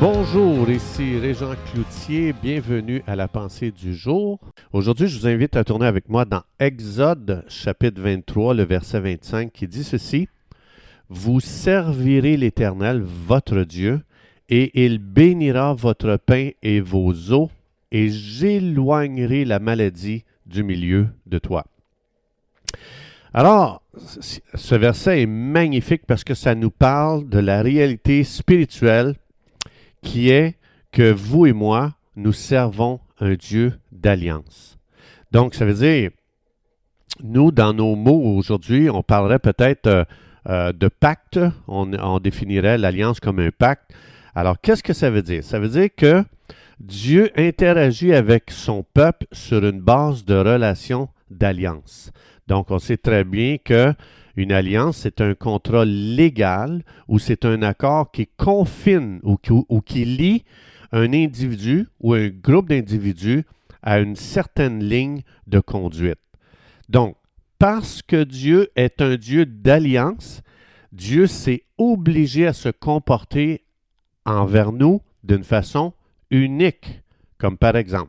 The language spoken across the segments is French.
Bonjour, ici Régent Cloutier, bienvenue à la pensée du jour. Aujourd'hui, je vous invite à tourner avec moi dans Exode, chapitre 23, le verset 25, qui dit ceci. « Vous servirez l'Éternel, votre Dieu, et il bénira votre pain et vos eaux, et j'éloignerai la maladie du milieu de toi. » Alors, ce verset est magnifique parce que ça nous parle de la réalité spirituelle qui est que vous et moi, nous servons un Dieu d'alliance. Donc, ça veut dire, nous, dans nos mots aujourd'hui, on parlerait peut-être de pacte, on définirait l'alliance comme un pacte. Alors, qu'est-ce que ça veut dire? Ça veut dire que Dieu interagit avec son peuple sur une base de relation d'alliance. Donc, on sait très bien que une alliance, c'est un contrat légal ou c'est un accord qui confine ou qui lie un individu ou un groupe d'individus à une certaine ligne de conduite. Donc, parce que Dieu est un Dieu d'alliance, Dieu s'est obligé à se comporter envers nous d'une façon unique. Comme par exemple,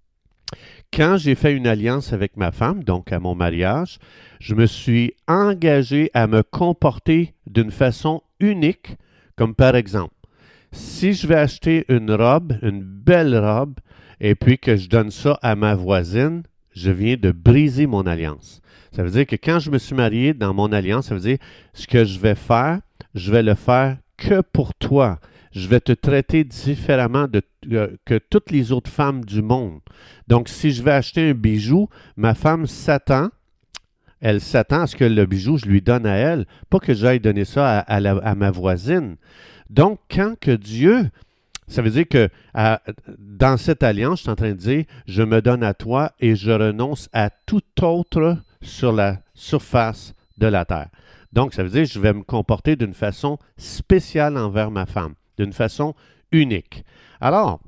quand j'ai fait une alliance avec ma femme, donc à mon mariage, je me suis engagé à me comporter d'une façon unique, comme par exemple, si je vais acheter une robe, une belle robe, et puis que je donne ça à ma voisine, je viens de briser mon alliance. Ça veut dire que quand je me suis marié dans mon alliance, ça veut dire ce que je vais faire, je vais le faire que pour toi. Je vais te traiter différemment que toutes les autres femmes du monde. Donc, si je vais acheter un bijou, ma femme s'attend, elle s'attend à ce que le bijou, je lui donne à elle, pas que j'aille donner ça à ma voisine. Donc, quand que Dieu, ça veut dire que dans cette alliance, je suis en train de dire, je me donne à toi et je renonce à tout autre sur la surface de la terre. Donc, ça veut dire que je vais me comporter d'une façon spéciale envers ma femme, d'une façon unique. Alors,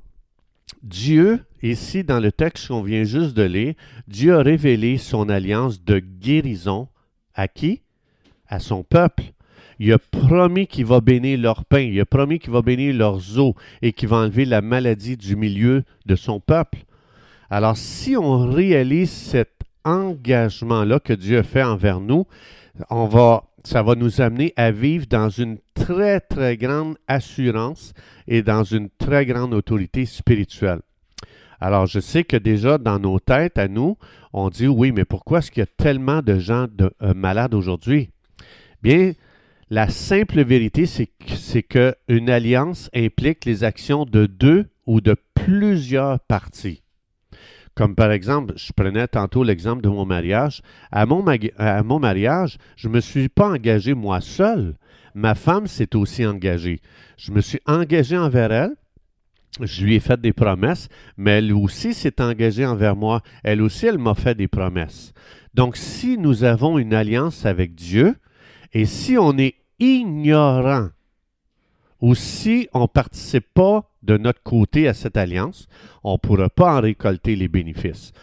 Dieu, ici dans le texte qu'on vient juste de lire, Dieu a révélé son alliance de guérison à qui? À son peuple. Il a promis qu'il va bénir leur pain, il a promis qu'il va bénir leurs eaux et qu'il va enlever la maladie du milieu de son peuple. Alors, si on réalise cet engagement-là que Dieu a fait envers nous, ça va nous amener à vivre dans une très, très grande assurance et dans une très grande autorité spirituelle. Alors, je sais que déjà, dans nos têtes, à nous, on dit, oui, mais pourquoi est-ce qu'il y a tellement de gens malades aujourd'hui? Bien, la simple vérité, c'est qu'une alliance implique les actions de deux ou de plusieurs parties. Comme par exemple, je prenais tantôt l'exemple de mon mariage. À mon mariage, je ne me suis pas engagé moi seul. Ma femme s'est aussi engagée. Je me suis engagé envers elle. Je lui ai fait des promesses, mais elle aussi s'est engagée envers moi. Elle aussi, elle m'a fait des promesses. Donc, si nous avons une alliance avec Dieu, et si on est ignorant, ou si on ne participe pas de notre côté à cette alliance, on ne pourra pas en récolter les bénéfices.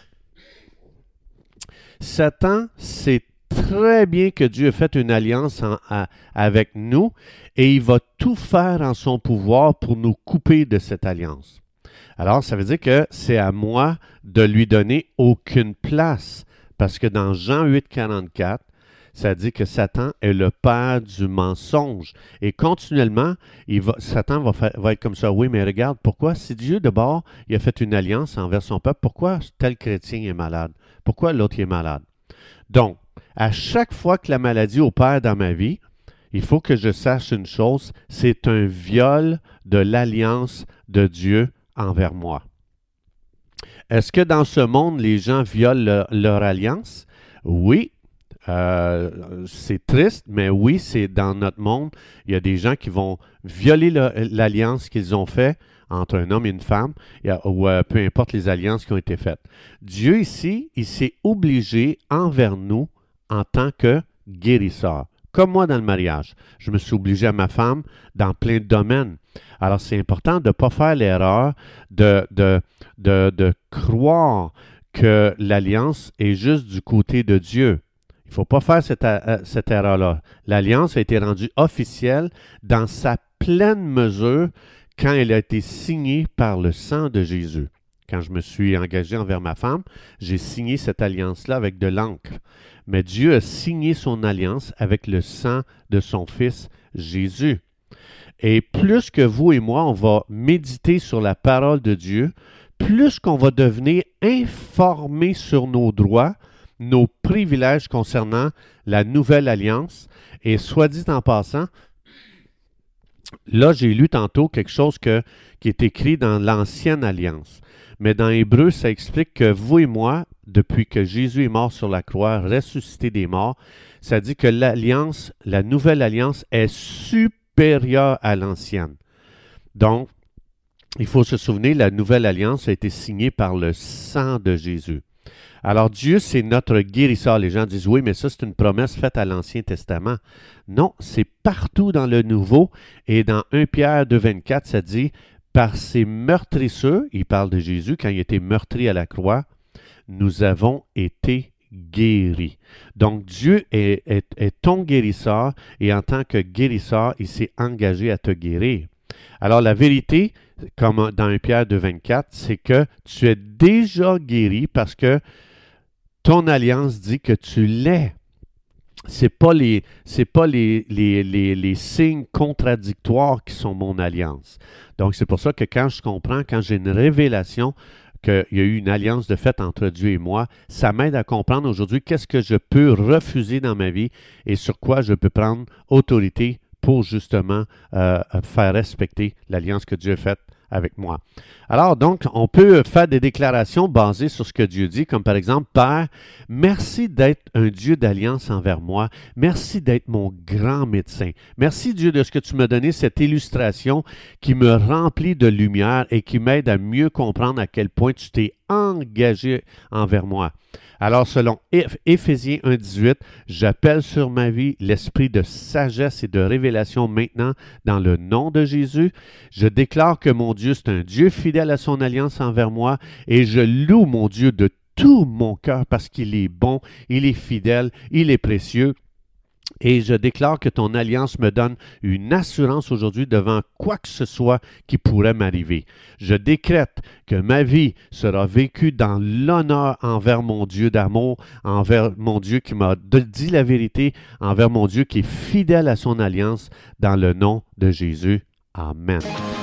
Satan sait très bien que Dieu a fait une alliance avec nous et il va tout faire en son pouvoir pour nous couper de cette alliance. Alors, ça veut dire que c'est à moi de lui donner aucune place parce que dans Jean 8, 44, ça dit que Satan est le père du mensonge. Et continuellement, Satan va être comme ça. Oui, mais regarde, pourquoi, si Dieu de bord, il a fait une alliance envers son peuple, pourquoi tel chrétien est malade? Pourquoi l'autre est malade? Donc, à chaque fois que la maladie opère dans ma vie, il faut que je sache une chose, c'est un viol de l'alliance de Dieu envers moi. Est-ce que dans ce monde, les gens violent leur alliance? Oui. C'est triste, mais oui, c'est dans notre monde. Il y a des gens qui vont violer l'alliance qu'ils ont faite entre un homme et une femme, ou peu importe les alliances qui ont été faites. Dieu ici, il s'est obligé envers nous en tant que guérisseur. Comme moi dans le mariage. Je me suis obligé à ma femme dans plein de domaines. Alors, c'est important de ne pas faire l'erreur de croire que l'alliance est juste du côté de Dieu. Il ne faut pas faire cette erreur-là. L'alliance a été rendue officielle dans sa pleine mesure quand elle a été signée par le sang de Jésus. Quand je me suis engagé envers ma femme, j'ai signé cette alliance-là avec de l'encre. Mais Dieu a signé son alliance avec le sang de son Fils Jésus. Et plus que vous et moi, on va méditer sur la parole de Dieu, plus qu'on va devenir informés sur nos droits, nos privilèges concernant la nouvelle alliance. Et soit dit en passant, là, j'ai lu tantôt quelque chose qui est écrit dans l'Ancienne Alliance. Mais dans Hébreu, ça explique que vous et moi, depuis que Jésus est mort sur la croix, ressuscité des morts, ça dit que l'alliance, la nouvelle alliance est supérieure à l'ancienne. Donc, il faut se souvenir, la nouvelle alliance a été signée par le sang de Jésus. Alors Dieu, c'est notre guérisseur. Les gens disent, oui, mais ça, c'est une promesse faite à l'Ancien Testament. Non, c'est partout dans le Nouveau. Et dans 1 Pierre 2,24, ça dit, par ses meurtrisseurs, il parle de Jésus, quand il a été meurtri à la croix, nous avons été guéris. Donc Dieu est ton guérisseur et en tant que guérisseur, il s'est engagé à te guérir. Alors la vérité, comme dans 1 Pierre 2,24, c'est que tu es déjà guéri parce que ton alliance dit que tu l'es. C'est pas les signes contradictoires qui sont mon alliance. Donc, c'est pour ça que quand je comprends, quand j'ai une révélation qu'il y a eu une alliance de fait entre Dieu et moi, ça m'aide à comprendre aujourd'hui qu'est-ce que je peux refuser dans ma vie et sur quoi je peux prendre autorité pour justement faire respecter l'alliance que Dieu a faite avec moi. Alors donc, on peut faire des déclarations basées sur ce que Dieu dit, comme par exemple, Père, merci d'être un Dieu d'alliance envers moi. Merci d'être mon grand médecin. Merci Dieu de ce que tu m'as donné cette illustration qui me remplit de lumière et qui m'aide à mieux comprendre à quel point tu t'es engagé envers moi. Alors, selon Éphésiens 1,18, j'appelle sur ma vie l'esprit de sagesse et de révélation maintenant dans le nom de Jésus. Je déclare que mon Dieu, c'est un Dieu fidèle à son alliance envers moi et je loue mon Dieu de tout mon cœur parce qu'il est bon, il est fidèle, il est précieux. Et je déclare que ton alliance me donne une assurance aujourd'hui devant quoi que ce soit qui pourrait m'arriver. Je décrète que ma vie sera vécue dans l'honneur envers mon Dieu d'amour, envers mon Dieu qui m'a dit la vérité, envers mon Dieu qui est fidèle à son alliance dans le nom de Jésus. Amen.